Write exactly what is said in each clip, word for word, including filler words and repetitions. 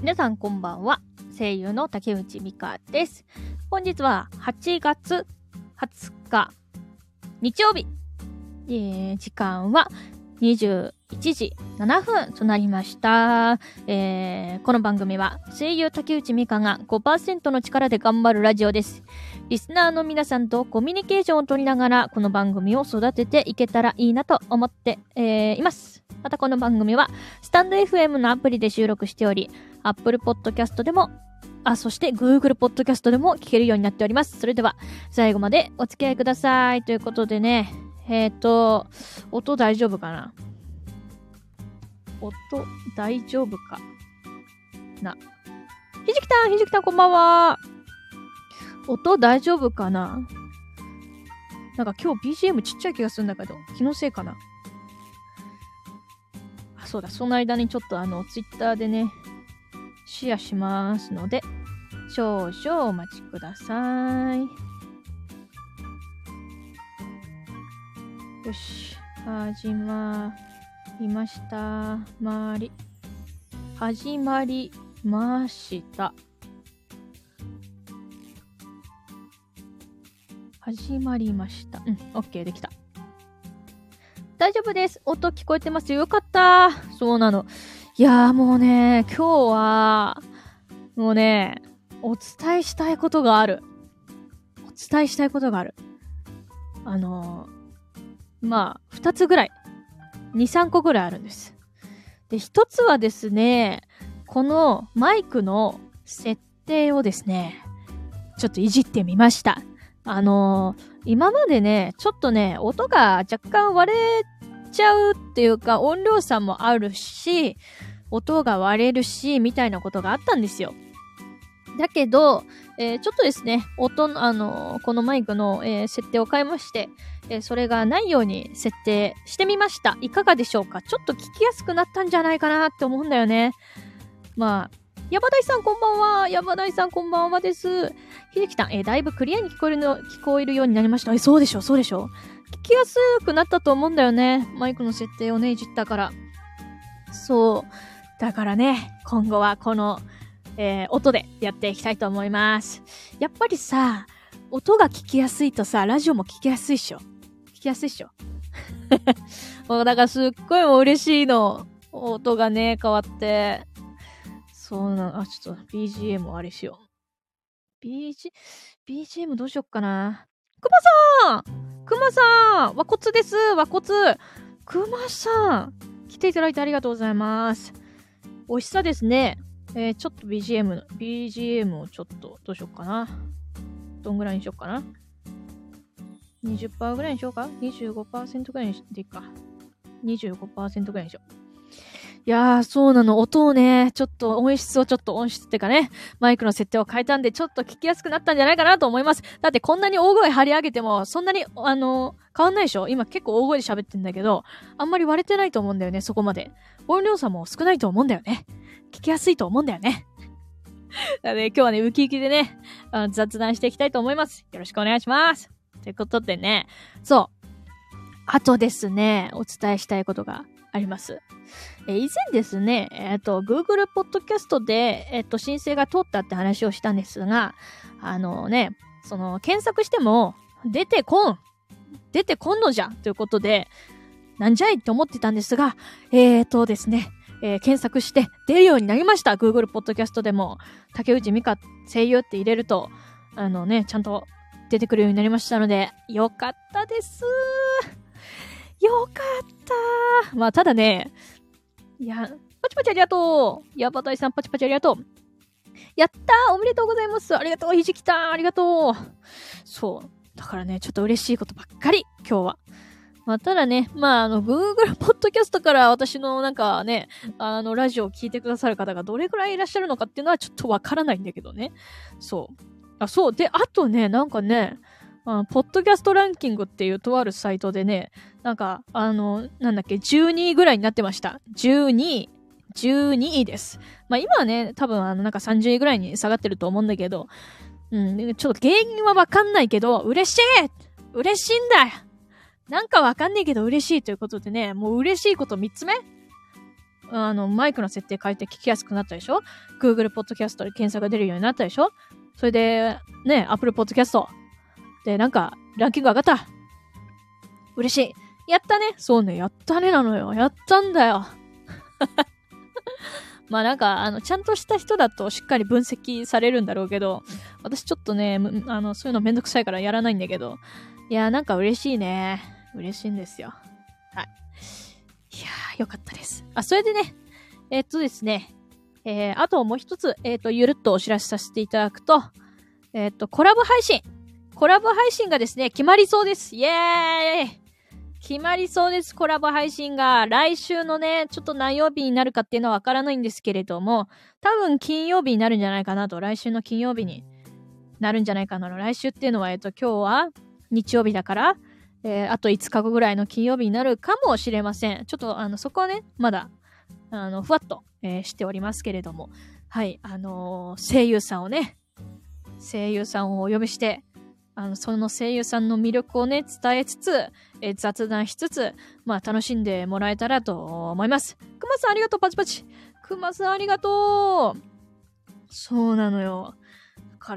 皆さんこんばんは。声優の竹内美香です。本日ははちがつはつか日曜日、えー、時間はにじゅういちじななふんとなりました、えー、この番組は声優竹内美香が ごパーセント の力で頑張るラジオです。リスナーの皆さんとコミュニケーションを取りながらこの番組を育てていけたらいいなと思って、えー、います。またこの番組はスタンド エフエム のアプリで収録しており、Apple Podcast でもあ、そして Google Podcast でも聞けるようになっております。それでは最後までお付き合いくださいということでね、えっと音大丈夫かな音大丈夫かなひじきたんひじきたんこんばんは。音大丈夫かな。なんか今日 ビージーエム ちっちゃい気がするんだけど、気のせいかな。あ、そうだ、その間にちょっとあの Twitter でねシェアしますので少々お待ちください。よし、始まりました。まり始まりました。始まりました。うん、OK できた。大丈夫です。音聞こえてますよ。よかった。そうなの。いやーもうね、今日はもうね、お伝えしたいことがある。お伝えしたいことがある。あのー、まあ二つぐらい、二三個ぐらいあるんです。で、一つはですね、このマイクの設定をですね、ちょっといじってみました。あのー、今までね、ちょっとね、音が若干割れちゃうっていうか、音量差もあるし、音が割れるし、みたいなことがあったんですよ。だけど、えー、ちょっとですね、音の、あのー、このマイクの、えー、設定を変えまして、えー、それがないように設定してみました。いかがでしょうか？ちょっと聞きやすくなったんじゃないかなって思うんだよね。まあ、山田さんこんばんは。山田さんこんばんはです。ひじきさん、えー、だいぶクリアに聞こえるの、聞こえるようになりました。え、そうでしょ、そうでしょ。聞きやすくなったと思うんだよね。マイクの設定をね、いじったから。そう。だからね、今後はこの、えー、音でやっていきたいと思います。やっぱりさ、音が聞きやすいとさ、ラジオも聞きやすいっしょ。聞きやすいっしょ。もうだからすっごいもう嬉しいの。音がね、変わって。そうなの。あ、ちょっと ビージーエム あれしよう。ビージー、ビージーエム どうしよっかな。くまさんくまさん和骨です。和骨。くまさん来ていただいてありがとうございます。おいしさですね。えー、ちょっと ビージーエム、ビージーエム をちょっとどうしよっかな。どんぐらいにしよっかな。にじゅっパーセント ぐらいにしようか ?にじゅうごパーセント ぐらいにしていいか。にじゅうごパーセント ぐらいにしよう。いやー、そうなの。音をね、ちょっと音質をちょっと音質ってかね、マイクの設定を変えたんで、ちょっと聞きやすくなったんじゃないかなと思います。だってこんなに大声張り上げても、そんなに、あのー、変わんないでしょ？今結構大声で喋ってんだけど、あんまり割れてないと思うんだよね、そこまで。音量差も少ないと思うんだよね。聞きやすいと思うんだよね。なので今日はね、ウキウキでね、あの雑談していきたいと思います。よろしくお願いします。ということでね、そう。あとですね、お伝えしたいことがあります。えー、以前ですね、えっと、Google Podcast で、えっと、申請が通ったって話をしたんですが、あのね、その、検索しても、出てこん出てこんのじゃんということで、なんじゃいって思ってたんですが、えーとですね、えー、検索して出るようになりました。Google Podcast でも、竹内美香声優って入れると、あのね、ちゃんと出てくるようになりましたので、よかったです。よかった。まあ、ただね、いや、パチパチありがとう。ヤバタイさんパチパチありがとう。やったー、おめでとうございます。ありがとう、ひじきたん、ありがとう。そう。だからね、ちょっと嬉しいことばっかり、今日は。まあ、ただね、まあ、あの、Google Podcast から私のなんかね、あの、ラジオを聞いてくださる方がどれくらいいらっしゃるのかっていうのはちょっとわからないんだけどね。そう。あ、そう。で、あとね、なんかね、あポッドキャストランキングっていうとあるサイトでね、なんか、あの、なんだっけ、じゅうにいぐらいになってました。じゅうにい、じゅうにいです。まあ今はね、多分あの、なんかさんじゅういぐらいに下がってると思うんだけど、うん、ちょっと原因はわかんないけど、嬉しい嬉しいんだなんかわかんないけど嬉しいということでね、もう嬉しいことみっつめあの、マイクの設定変えて聞きやすくなったでしょ？ Google Podcast で検索が出るようになったでしょ？それで、ね、Apple Podcast で、なんか、ランキング上がった。嬉しい。やったね。そうね、やったねなのよ。やったんだよ。まあなんか、あの、ちゃんとした人だとしっかり分析されるんだろうけど、私ちょっとね、あの、そういうのめんどくさいからやらないんだけど、いやーなんか嬉しいね。嬉しいんですよ。はい。いやー、よかったです。あ、それでね、えー、っとですね、えー、あともう一つ、えー、っと、ゆるっとお知らせさせていただくと、えー、っと、コラボ配信。コラボ配信がですね、決まりそうです。イエーイ！決まりそうです。コラボ配信が。来週のね、ちょっと何曜日になるかっていうのはわからないんですけれども、多分金曜日になるんじゃないかなと。来週の金曜日になるんじゃないかな。来週っていうのは、えっと、今日は日曜日だから、えー、あといつかごぐらいの金曜日になるかもしれません。ちょっと、あの、そこはね、まだ、あの、ふわっと、えー、しておりますけれども、はい、あのー、声優さんをね、声優さんをお呼びして、あの、その声優さんの魅力をね、伝えつつ、えー、雑談しつつ、まあ、楽しんでもらえたらと思います。くまさんありがとう、パチパチ。くまさんありがとう。そうなのよ。だから、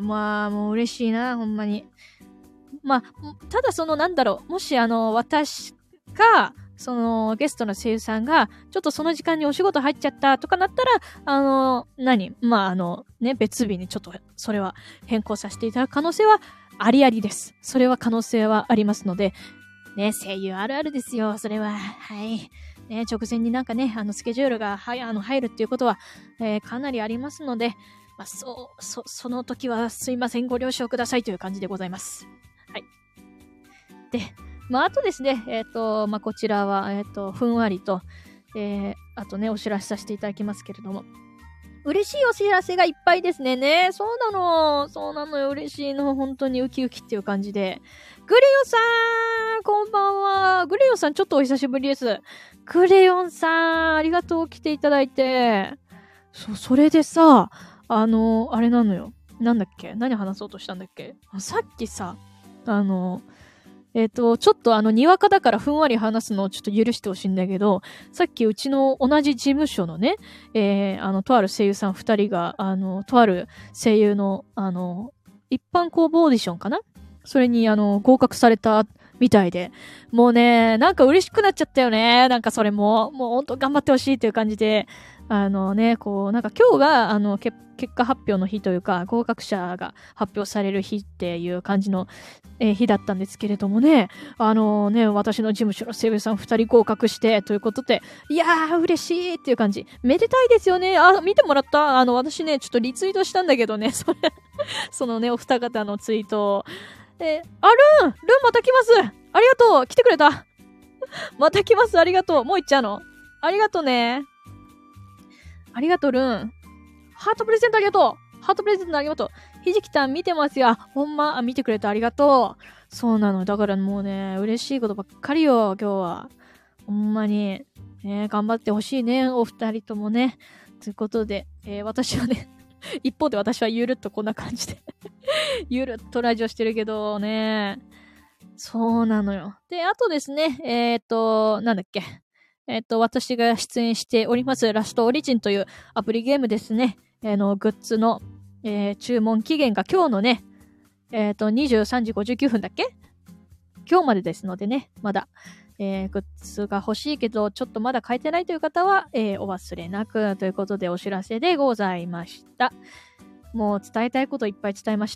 まあ、もう嬉しいな、ほんまに。まあ、ただその、なんだろう、もしあの、私が、その、ゲストの声優さんが、ちょっとその時間にお仕事入っちゃったとかなったら、あの、何まあ、あの、ね、別日にちょっと、それは変更させていただく可能性はありありです。それは可能性はありますので、ね、声優あるあるですよ、それは。はい。ね、直前になんかね、あの、スケジュールが、はい、あの、入るっていうことは、えー、かなりありますので、まあ、そう、そ、その時はすいません、ご了承くださいという感じでございます。はい。で、まあ、あとですね、えっと、まあ、こちらは、えっと、ふんわりと、えー、あとね、お知らせさせていただきますけれども、嬉しいお知らせがいっぱいですね。ね、そうなの。そうなのよ。嬉しいの。本当にウキウキっていう感じで。グレヨンさんこんばんは。グレヨンさんちょっとお久しぶりです。グレヨンさんありがとう来ていただいて。そう、それでさ、あの、あれなのよ。なんだっけ何話そうとしたんだっけさっきさ、あの、えっと、ちょっとあの、にわかだからふんわり話すのをちょっと許してほしいんだけど、さっきうちの同じ事務所のね、えー、あの、とある声優さん二人が、あの、とある声優の、あの、一般公募オーディションかなそれに、あの、合格されたみたいで、もうね、なんか嬉しくなっちゃったよね。なんかそれも、もうほんと頑張ってほしいという感じで、あのね、こう、なんか今日が、あの、け結果発表の日というか、合格者が発表される日っていう感じの、えー、日だったんですけれどもね、あのね、私の事務所の声優さん二人合格して、ということで、いやー、嬉しいっていう感じ。めでたいですよね。あ、見てもらったあの、私ね、ちょっとリツイートしたんだけどね、それ、そのね、お二方のツイートを。え、あ、ルンルンまた来ますありがとう来てくれたまた来ますありがとうもう行っちゃうのありがとうね。ありがとう、ルン。ハートプレゼントありがとうハートプレゼントありがとうひじきたん見てますよ。ほんま、あ、見てくれてありがとう。そうなの。だからもうね、嬉しいことばっかりよ、今日は。ほんまに。ね、頑張ってほしいね、お二人ともね。ということで、えー、私はね、一方で私はゆるっとこんな感じでゆるっとラジオしてるけどね。そうなのよ。で、あとですね、えっと、なんだっけ。えっと、私が出演しております、ラストオリジンというアプリゲームですね。あの、グッズの、えー、注文期限が今日のね、えっと、にじゅうさんじごじゅうきゅうふんだっけ今日までですのでね、まだ、えー、グッズが欲しいけど、ちょっとまだ買えてないという方は、えー、お忘れなくということでお知らせでございました。もう伝えたいこといっぱい伝えました。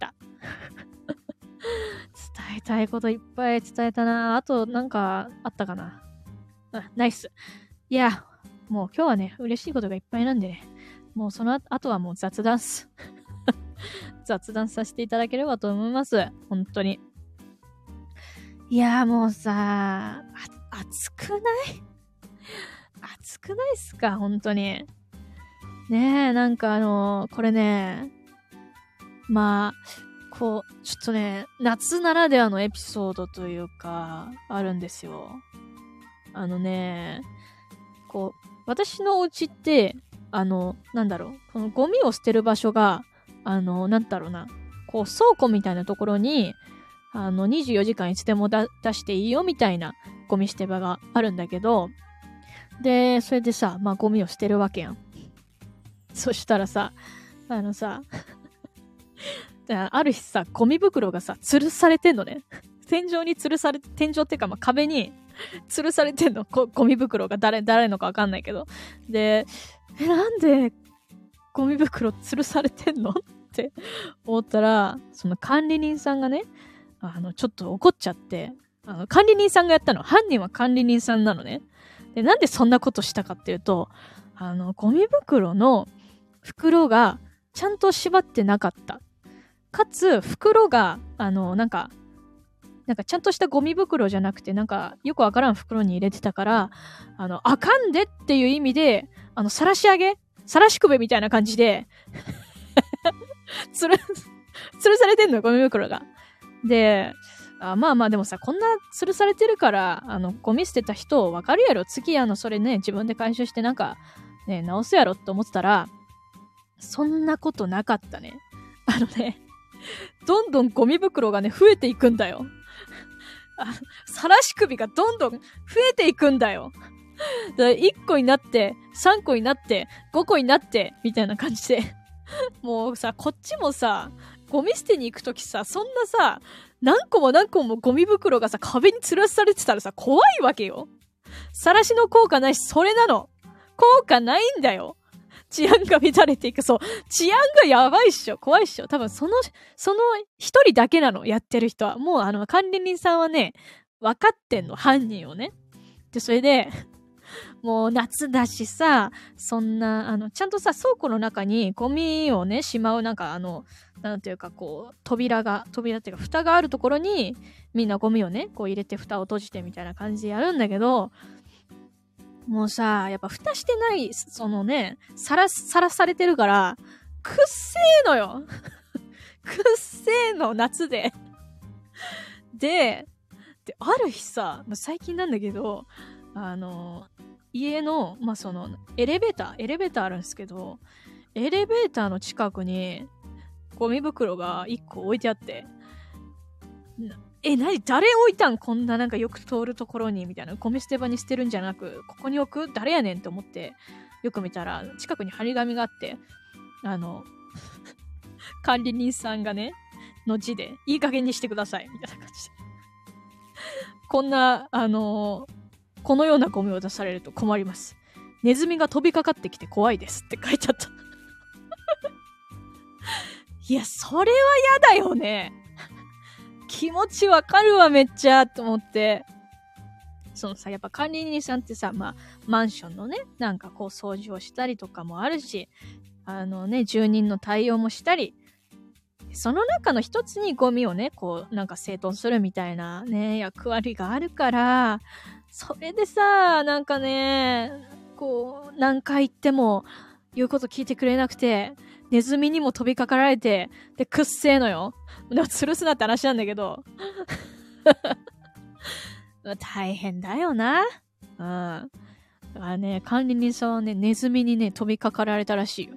伝えたいこといっぱい伝えたな。あと、なんか、あったかな。あ、ナイス。いや、もう今日はね、嬉しいことがいっぱいなんでね。もうその後はもう雑談す。雑談させていただければと思います。本当に。いや、もうさ、あ、暑くない暑くないっすか本当に。ねえ、なんかあのー、これね、まあ、こう、ちょっとね、夏ならではのエピソードというか、あるんですよ。あのね、こう、私のお家って、あの、なんだろう、このゴミを捨てる場所が、あの、なんだろうな、こう、倉庫みたいなところに、あの、にじゅうよじかんいつでも出していいよみたいなゴミ捨て場があるんだけど、 で、それでさ、まあゴミを捨てるわけやん。そしたらさ、あのさ、ある日さ、ゴミ袋がさ、吊るされてんのね。天井に吊るされて、天井っていうか、まあ、壁に吊るされてんの。ゴミ袋が誰、誰のかわかんないけど。で、え、なんでゴミ袋吊るされてんのって思ったら、その管理人さんがね、あの、ちょっと怒っちゃって、あの、管理人さんがやったの。犯人は管理人さんなのね。で、なんでそんなことしたかっていうと、あの、ゴミ袋の袋がちゃんと縛ってなかった。かつ、袋が、あの、なんか、なんかちゃんとしたゴミ袋じゃなくて、なんかよくわからん袋に入れてたから、あの、あかんでっていう意味で、あの、晒し上げ晒し首みたいな感じで、つる、吊るされてんのよ、ゴミ袋が。で、あまあまあでもさ、こんな吊るされてるから、あの、ゴミ捨てた人わかるやろ。次、あの、それね、自分で回収してなんか、ね、直すやろって思ってたら、そんなことなかったね。あのね、どんどんゴミ袋がね、増えていくんだよ。あ、晒し首がどんどん増えていくんだよ。だいっこになって、さんこになって、ごこになって、みたいな感じで。もうさ、こっちもさ、ゴミ捨てに行くときさ、そんなさ、何個も何個もゴミ袋がさ、壁に吊るされてたらさ、怖いわけよ。晒しの効果ないし、それなの。効果ないんだよ。治安が乱れていく。そう。治安がやばいっしょ。怖いっしょ。多分その、その一人だけなの。やってる人は。もうあの、管理人さんはね、分かってんの。犯人をね。で、それで、もう夏だしさ、そんな、あの、ちゃんとさ、倉庫の中にゴミをね、しまう、なんかあの、なんていうかこう、扉が、扉っていうか蓋があるところに、みんなゴミをね、こう入れて蓋を閉じてみたいな感じでやるんだけど、もうさ、やっぱ蓋してない、そのね、さら、さらされてるから、くっせーのよくっせーの、夏でで、で、ある日さ、最近なんだけど、あの、家の、まあ、その、エレベーター、エレベーターあるんですけど、エレベーターの近くに、ゴミ袋がいっこ置いてあって、え、なに誰置いたんこんななんかよく通るところにみたいな。ゴミ捨て場に捨てるんじゃなく、ここに置く誰やねんって思って、よく見たら、近くに張り紙があって、あの、管理人さんがね、の字で、いい加減にしてください、みたいな感じで。こんな、あのー、このようなゴミを出されると困ります。ネズミが飛びかかってきて怖いですって書いてあった。いや、それは嫌だよね。気持ちわかるわ、めっちゃ、と思って。そのさ、やっぱ管理人さんってさ、まあ、マンションのね、なんかこう掃除をしたりとかもあるし、あのね、住人の対応もしたり、その中の一つにゴミをね、こう、なんか整頓するみたいなね、役割があるから、それでさ、なんかね、こう、何回言っても言うこと聞いてくれなくて、ネズミにも飛びかかられて、で、くっせーのよ。でも、吊るすなって話なんだけど。大変だよな。うん。だからね、管理人さんはね、ネズミにね、飛びかかられたらしいよ。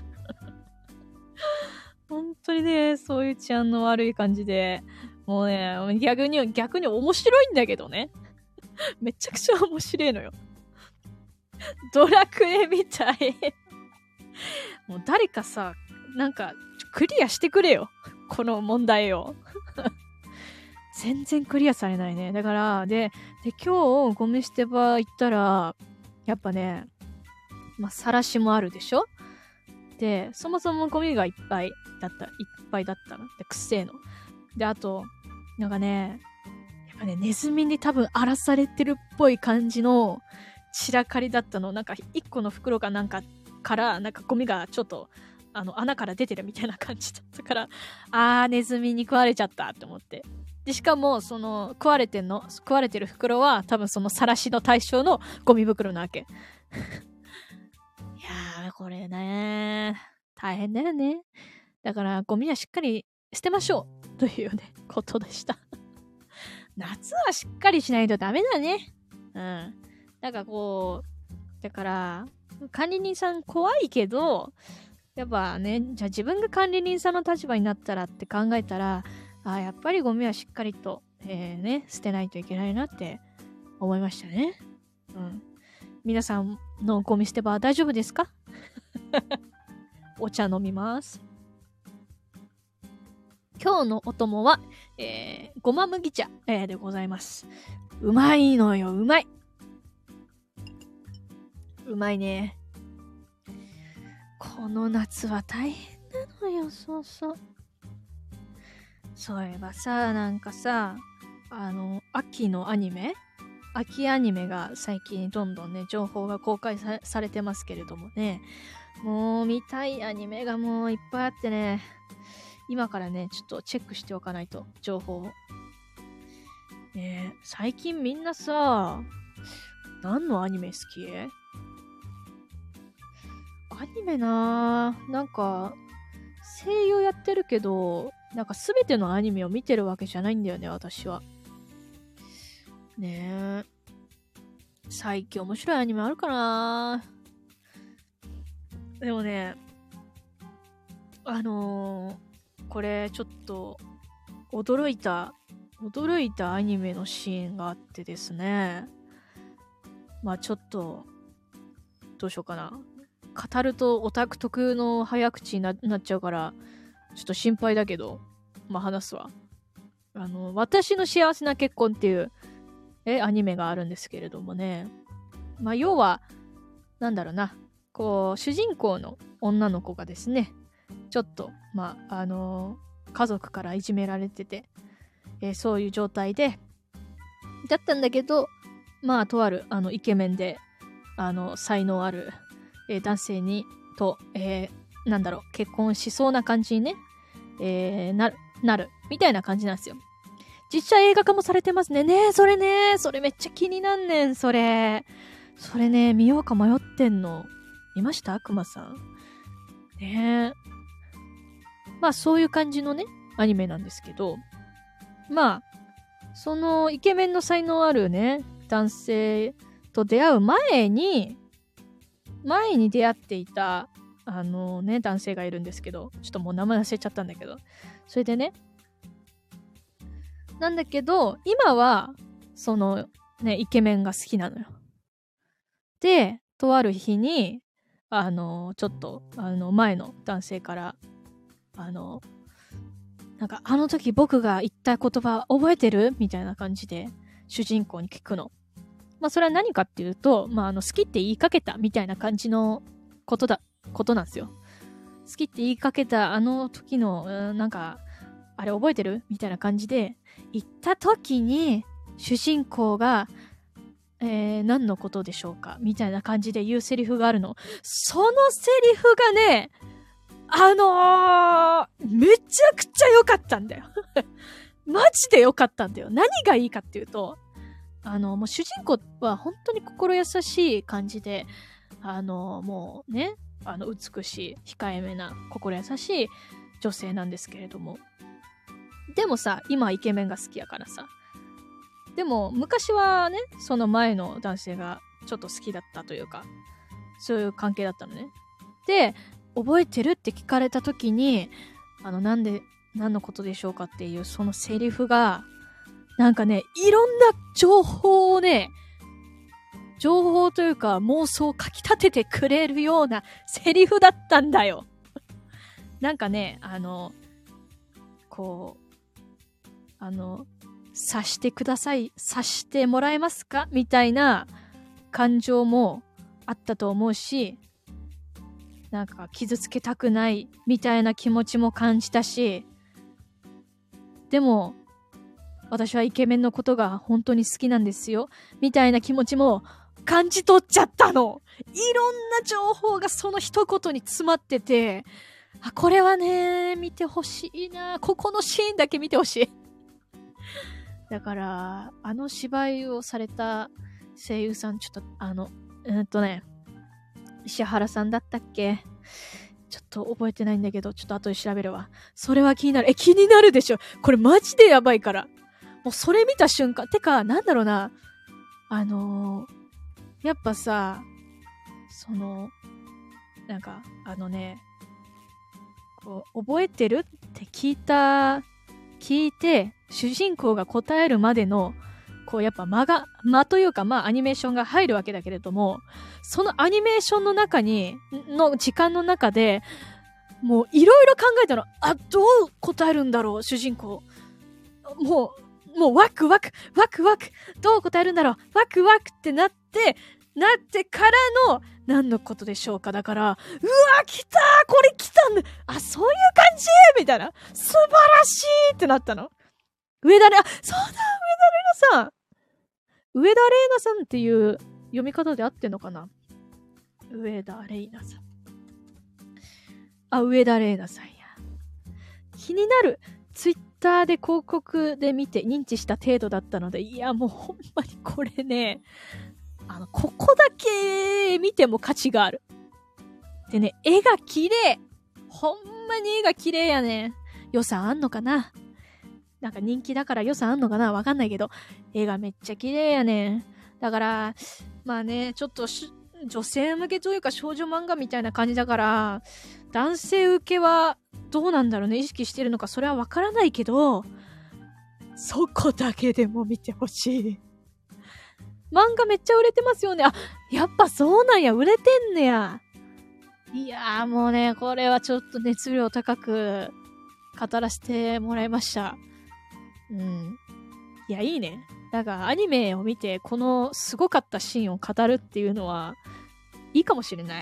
本当にね、そういう治安の悪い感じで、もうね、逆に、逆に面白いんだけどね。めちゃくちゃ面白いのよ。ドラクエみたい。もう誰かさ、なんか、クリアしてくれよ。この問題を。全然クリアされないね。だから、で、で、今日、ゴミ捨て場行ったら、やっぱね、まあ、晒しもあるでしょ？で、そもそもゴミがいっぱいだった、いっぱいだったの。で、くっせーの。で、あと、なんかね、やっぱね、ネズミに多分荒らされてるっぽい感じの散らかりだったの。なんか、一個の袋かなんかから、なんかゴミがちょっと、あの、穴から出てるみたいな感じだったから、あー、ネズミに食われちゃったって思って。で、しかも、その、食われてんの、食われてる袋は、多分その晒しの対象のゴミ袋なわけ。いやー、これね、大変だよね。だから、ゴミはしっかり捨てましょう。というね、ことでした。夏はしっかりしないとダメだね。うん。なんかこう、だから、管理人さん怖いけど、やっぱね、じゃあ自分が管理人さんの立場になったらって考えたら、あ、やっぱりゴミはしっかりと、えー、ね、捨てないといけないなって思いましたね。うん。 皆さんのゴミ捨て場は大丈夫ですか？お茶飲みます。今日のお供は、えー、ごま麦茶、えー、でございます。うまいのよ、うまい。うまいね。この夏は大変なのよ、そうそう。そういえばさ、なんかさ、あの、秋のアニメ秋アニメが最近どんどんね、情報が公開 さ, されてますけれどもね、もう見たいアニメがもういっぱいあってね、今からね、ちょっとチェックしておかないと、情報を。ねえ、最近みんなさ、何のアニメ好き？アニメなぁ、なんか、声優やってるけど、なんかすべてのアニメを見てるわけじゃないんだよね、私は。ねえ。最近面白いアニメあるかな？でもね、あのー、これちょっと驚いた驚いたアニメのシーンがあってですね。まあちょっとどうしようかな。語るとオタク特有の早口に な, なっちゃうからちょっと心配だけど、まあ話すわ。あの私の幸せな結婚っていうえアニメがあるんですけれどもね。まあ要はなんだろうな、こう主人公の女の子がですね、ちょっとまああのー、家族からいじめられてて、えー、そういう状態でだったんだけど、まあとあるあのイケメンであの才能ある、えー、男性にと、えー、なんだろう結婚しそうな感じにね、えー、なるなるみたいな感じなんですよ。実写映画化もされてますね。ねえ、それね、それめっちゃ気になんねん、それ。それね、見ようか迷ってんの。見ましたくまさん。ねえ。まあ、そういう感じのね、アニメなんですけど、まあ、そのイケメンの才能あるね、男性と出会う前に、前に出会っていた、あのね、男性がいるんですけど、ちょっともう名前忘れちゃったんだけど、それでね、なんだけど、今は、その、ね、イケメンが好きなのよ。で、とある日に、あの、ちょっと、あの、前の男性から、あの、なんか、あの時僕が言った言葉覚えてる？みたいな感じで、主人公に聞くの。まあ、それは何かっていうと、まあ、あの、好きって言いかけたみたいな感じのことだ、ことなんですよ。好きって言いかけたあの時の、うん、なんか、あれ覚えてる？みたいな感じで、言った時に、主人公が、えー、何のことでしょうかみたいな感じで言うセリフがあるの。そのセリフがね、あのー、めちゃくちゃ良かったんだよ。マジで良かったんだよ。何がいいかっていうと、あの、もう主人公は本当に心優しい感じで、あの、もうね、あの、美しい、控えめな、心優しい女性なんですけれども。でもさ、今はイケメンが好きやからさ。でも、昔はね、その前の男性がちょっと好きだったというか、そういう関係だったのね。で、覚えてるって聞かれた時に、あの、なんで、何のことでしょうかっていうそのセリフが、なんかね、いろんな情報をね、情報というか妄想をかき立ててくれるようなセリフだったんだよ。なんかね、あの、こう、あの、察してください、察してもらえますかみたいな感情もあったと思うし、なんか傷つけたくないみたいな気持ちも感じたし、でも私はイケメンのことが本当に好きなんですよみたいな気持ちも感じ取っちゃったの。いろんな情報がその一言に詰まってて、あ、これはね見てほしいな、ここのシーンだけ見てほしい。だからあの芝居をされた声優さん、ちょっとあのうんとね石原さんだったっけ、ちょっと覚えてないんだけど、ちょっと後で調べるわ。それは気になる。え、気になるでしょ。これマジでやばいから。もうそれ見た瞬間、てか、なんだろうな。あのー、やっぱさ、その、なんか、あのね、こう、覚えてるって聞いた、聞いて、主人公が答えるまでの、 こうやっぱ間が、間というかまあアニメーションが入るわけだけれども、そのアニメーションの中に、の時間の中で、もういろいろ考えたの。あ、どう答えるんだろう、主人公。もう、もうワクワク、ワクワク、どう答えるんだろう、ワクワクってなって、なってからの、何のことでしょうか。だから、うわ、来たー、これ来たんだ。あ、そういう感じみたいな。素晴らしいってなったの。上田ね、あ、そうだ、上田玲奈さん。上田玲奈さんっていう読み方で合ってんのかな。上田玲奈さん。あ、上田玲奈さんや。気になる。ツイッターで広告で見て認知した程度だったので、いや、もうほんまにこれね、あの、ここだけ見ても価値がある。でね、絵が綺麗。ほんまに絵が綺麗やね。予算あんのかな？なんか人気だから予算あんのかな？わかんないけど、絵がめっちゃ綺麗やね。だから、まあね、ちょっと女性向けというか少女漫画みたいな感じだから、男性受けはどうなんだろうね、意識してるのかそれはわからないけど、そこだけでも見てほしい。漫画めっちゃ売れてますよね。あ、やっぱそうなんや、売れてんねや。いやーもうね、これはちょっと熱量高く語らせてもらいました。うん。いや、いいね。なんかアニメを見てこのすごかったシーンを語るっていうのはいいかもしれない。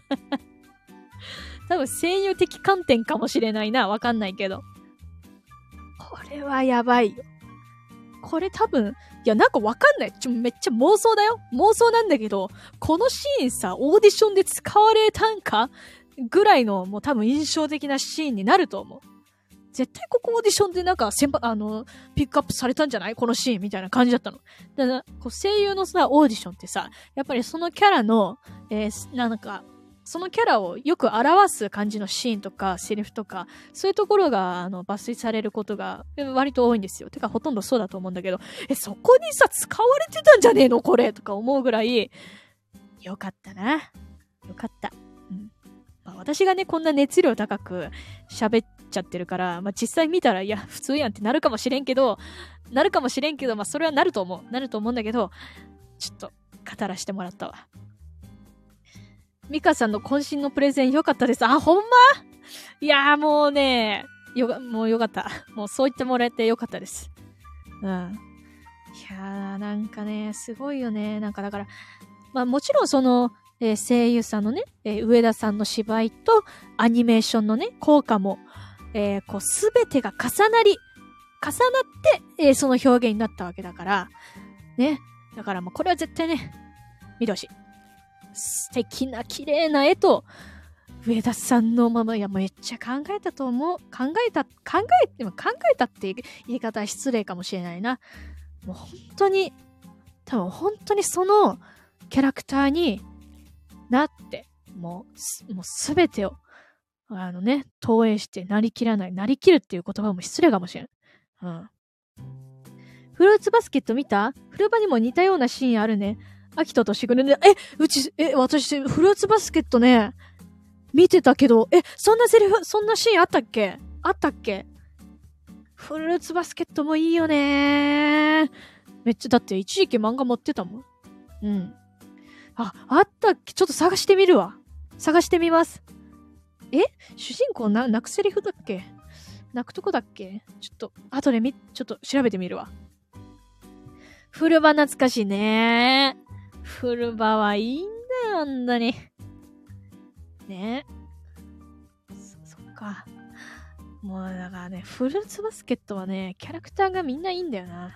多分声優的観点かもしれないな。わかんないけど。これはやばいよ。これ多分、いやなんかわかんない。ちょ、めっちゃ妄想だよ。妄想なんだけど、このシーンさ、オーディションで使われたんかぐらいのもう多分印象的なシーンになると思う。絶対ここオーディションでなんか先輩、あの、ピックアップされたんじゃないこのシーンみたいな感じだったの。だから、こう声優のさ、オーディションってさ、やっぱりそのキャラの、えー、なんか、そのキャラをよく表す感じのシーンとか、セリフとか、そういうところが、あの、抜粋されることが割と多いんですよ。てか、ほとんどそうだと思うんだけど、え、そこにさ、使われてたんじゃねえのこれとか思うぐらい、よかったな。よかった。うん。まあ、私がね、こんな熱量高く喋っちゃってるから、まあ、実際見たら、いや、普通やんってなるかもしれんけど、なるかもしれんけど、まあ、それはなると思う。なると思うんだけど、ちょっと、語らせてもらったわ。ミカさんの渾身のプレゼン良かったです。あ、ほんま？いやーもうね、よが、もうよかった。もうそう言ってもらえてよかったです。うん。いやー、なんかね、すごいよね。なんかだから、まあもちろんその、えー、声優さんのね、えー、上田さんの芝居とアニメーションのね、効果も、えー、こうすべてが重なり、重なって、えー、その表現になったわけだから、ね。だからもうこれは絶対ね、見てほしい。素敵な綺麗な絵と上田さんのまま、いやめっちゃ考えたと思う。考えた、考えても考えたって言い方は失礼かもしれないな。もう本当に、多分本当にそのキャラクターになって、もう、もうすべてを、あのね、投影してなりきらない。なりきるっていう言葉も失礼かもしれん。うん。フルーツバスケット見た？フルバにも似たようなシーンあるね。アキトとシグルで、え、うち、え、私、フルーツバスケットね、見てたけど、え、そんなセリフ、そんなシーンあったっけ？あったっけ？フルーツバスケットもいいよねー。めっちゃ、だって一時期漫画持ってたもん。うん。あ、あったっけ？ちょっと探してみるわ。探してみます。え？主人公な、泣くセリフだっけ？泣くとこだっけ？ちょっと、後でみ、ちょっと調べてみるわ。フルバ懐かしいねー。フルバはいいんだよ、あんなに。ね。そ、そっか。もう、だからね、フルーツバスケットはね、キャラクターがみんないいんだよな。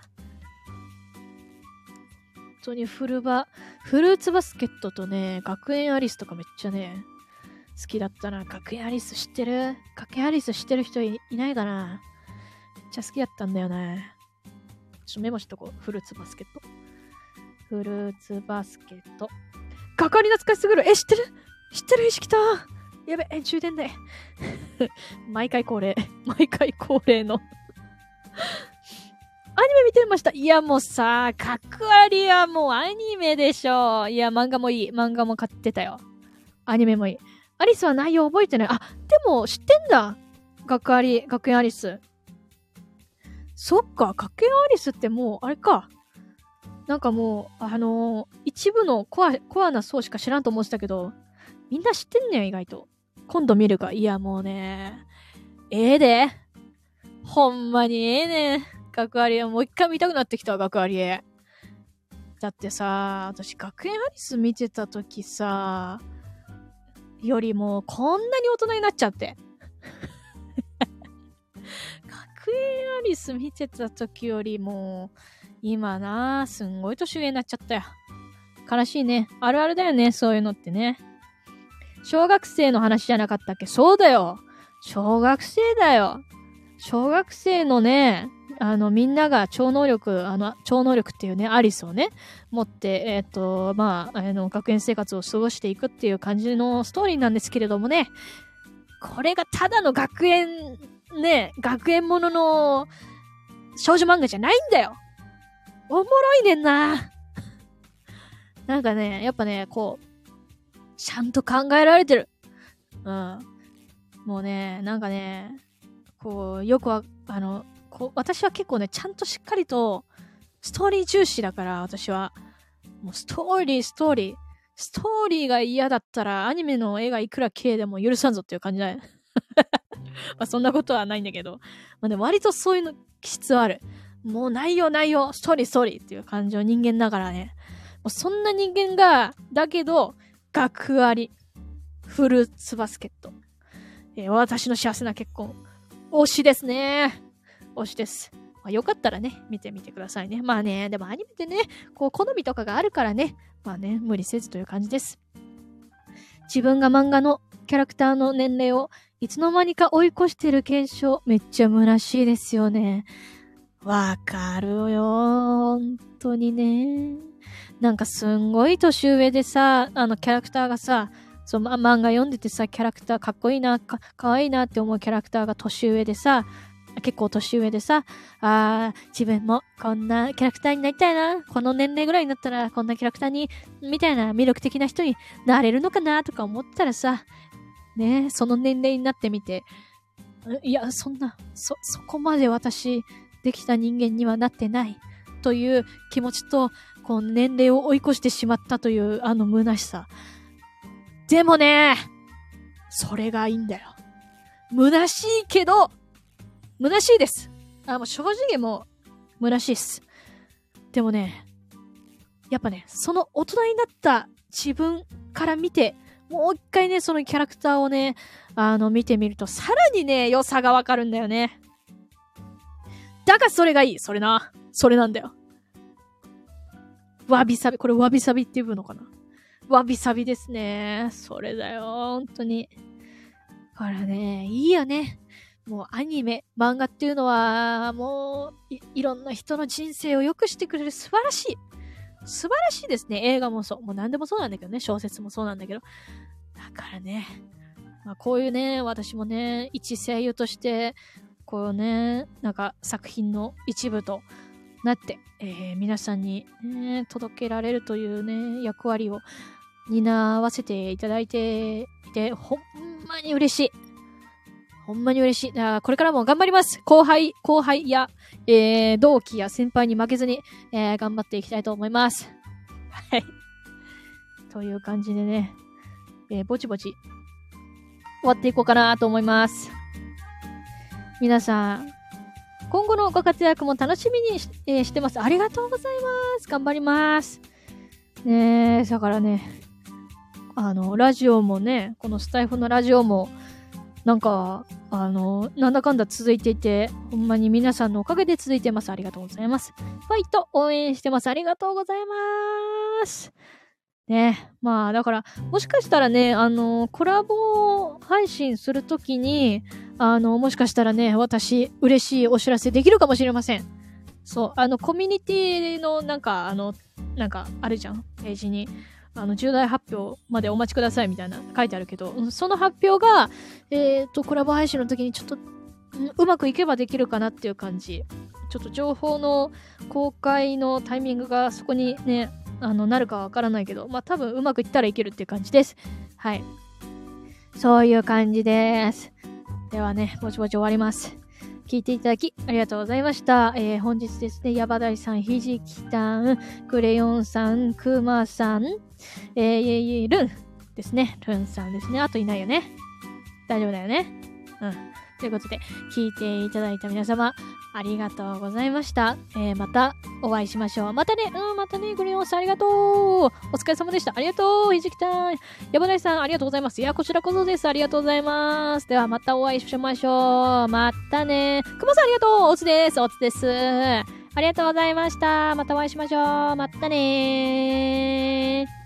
本当にフルバ、フルーツバスケットとね、学園アリスとかめっちゃね、好きだったな。学園アリス知ってる？学園アリス知ってる人 い, いないかな？めっちゃ好きだったんだよね。ちょっとメモしとこう。フルーツバスケット。フルーツバスケット。画家に懐かしすぎる。え、知ってる？知ってる？意識来た。やべ、え、充電で。毎回恒例。毎回恒例の。アニメ見てました。いや、もうさ、角アリはもうアニメでしょ。いや、漫画もいい。漫画も買ってたよ。アニメもいい。アリスは内容覚えてない。あ、でも知ってんだ。学アリ、学園アリス。そっか、学園アリスってもう、あれか。 なんかもう、あのー、一部のコア、コアな層しか知らんと思ってたけど、みんな知ってんねん、意外と。今度見るか。いや、もうね、ええで。ほんまにええねん。学アリエ。もう一回見たくなってきたわ、学アリエ。だってさ、私、学園アリス見てた時さ、よりもこんなに大人になっちゃって。学園アリス見てた時よりも、今な、すんごい年上になっちゃったよ。悲しいね。あるあるだよね、そういうのってね。小学生の話じゃなかったっけ？そうだよ。小学生だよ。小学生のね、あの、みんなが超能力、あの、超能力っていうね、アリスをね、持って、えっと、まあ、あの、学園生活を過ごしていくっていう感じのストーリーなんですけれどもね、これがただの学園、ね、学園ものの少女漫画じゃないんだよ。おもろいねんな。なんかね、やっぱね、こう、ちゃんと考えられてる。うん。もうね、なんかね、こう、よくは、あの、こう、私は結構ね、ちゃんとしっかりと、ストーリー重視だから、私は。もうストーリー、ストーリー。ストーリーが嫌だったら、アニメの絵がいくら綺麗でも許さんぞっていう感じだよ。まあ、そんなことはないんだけど。まあ、でも割とそういうの気質はある。もう内容内容、ストーリーストーリーっていう感じの人間だからね。もうそんな人間が、だけど、学あり、フルーツバスケット、えー、私の幸せな結婚、推しですね。推しです。まあ、よかったらね、見てみてくださいね。まあね、でもアニメってね、こう、好みとかがあるからね、まあね、無理せずという感じです。自分が漫画のキャラクターの年齢をいつの間にか追い越してる検証、めっちゃ虚しいですよね。わかるよ、本当にね。なんかすんごい年上でさ、あのキャラクターがさ、そう、ま、漫画読んでてさ、キャラクターかっこいいな、か、かわいいなって思うキャラクターが年上でさ、結構年上でさ、あー、自分もこんなキャラクターになりたいな、この年齢ぐらいになったらこんなキャラクターに、みたいな魅力的な人になれるのかなとか思ったらさ、ね、その年齢になってみて、いや、そんな、そ、そこまで私、できた人間にはなってないという気持ちと、こう年齢を追い越してしまったというあの虚しさ。でもね、それがいいんだよ。虚しいけど、虚しいです。あ、もう正直もう、虚しいっす。でもね、やっぱね、その大人になった自分から見て、もう一回ね、そのキャラクターをね、あの、見てみると、さらにね、良さがわかるんだよね。だからそれがいい。それな。それなんだよ。わびさび。これわびさびっていうのかな。わびさびですね。それだよ。本当に。だからね、いいよね。もうアニメ、漫画っていうのは、もうい、いろんな人の人生を良くしてくれる素晴らしい。素晴らしいですね。映画もそう。もう何でもそうなんだけどね。小説もそうなんだけど。だからね。まあ、こういうね、私もね、一声優として、こうね、なんか作品の一部となって、えー、皆さんに、ね、届けられるというね、役割を担わせていただいていて、ほんまに嬉しい。ほんまに嬉しい。だからこれからも頑張ります。後輩、後輩や、えー、同期や先輩に負けずに、えー、頑張っていきたいと思います。はい。という感じでね、えー、ぼちぼち終わっていこうかなと思います。皆さん、今後のご活躍も楽しみに し,、えー、してます。ありがとうございます。頑張ります。ねえ、だからね、あの、ラジオもね、このスタイフのラジオも、なんか、あの、なんだかんだ続いていて、ほんまに皆さんのおかげで続いてます。ありがとうございます。ファイト応援してます。ありがとうございます。ね、まあ、だから、もしかしたらね、あの、コラボ配信するときに、あの、もしかしたらね、私、嬉しいお知らせできるかもしれません。そう、あの、コミュニティの、なんか、あの、なんか、あるじゃん、ページに。あの、重大発表までお待ちくださいみたいな書いてあるけど、その発表が、えっと、コラボ配信の時にちょっと、うまくいけばできるかなっていう感じ。ちょっと情報の公開のタイミングがそこにね、あの、なるかわからないけど、まあ、多分うまくいったらいけるっていう感じです。はい。そういう感じです。ではね、ぼちぼち終わります。 聞いていただきありがとうございました。えー、本日ですね、ヤバダイさん、ひじきたん、クレヨンさん、くまさん、えー、ルンですね。ルンさんですね。あといないよね。大丈夫だよね。うん。ということで、聞いていただいた皆様、ありがとうございました。えー、またお会いしましょう。またね、うん、またね、クレヨンさんありがとう。お疲れ様でした。ありがとう。ひじきたん。ヤバダイさん、ありがとうございます。いや、こちらこそです。ありがとうございます。では、またお会いしましょう。またね。くまさん、ありがとう。おつです。おつです。ありがとうございました。またお会いしましょう。またねー。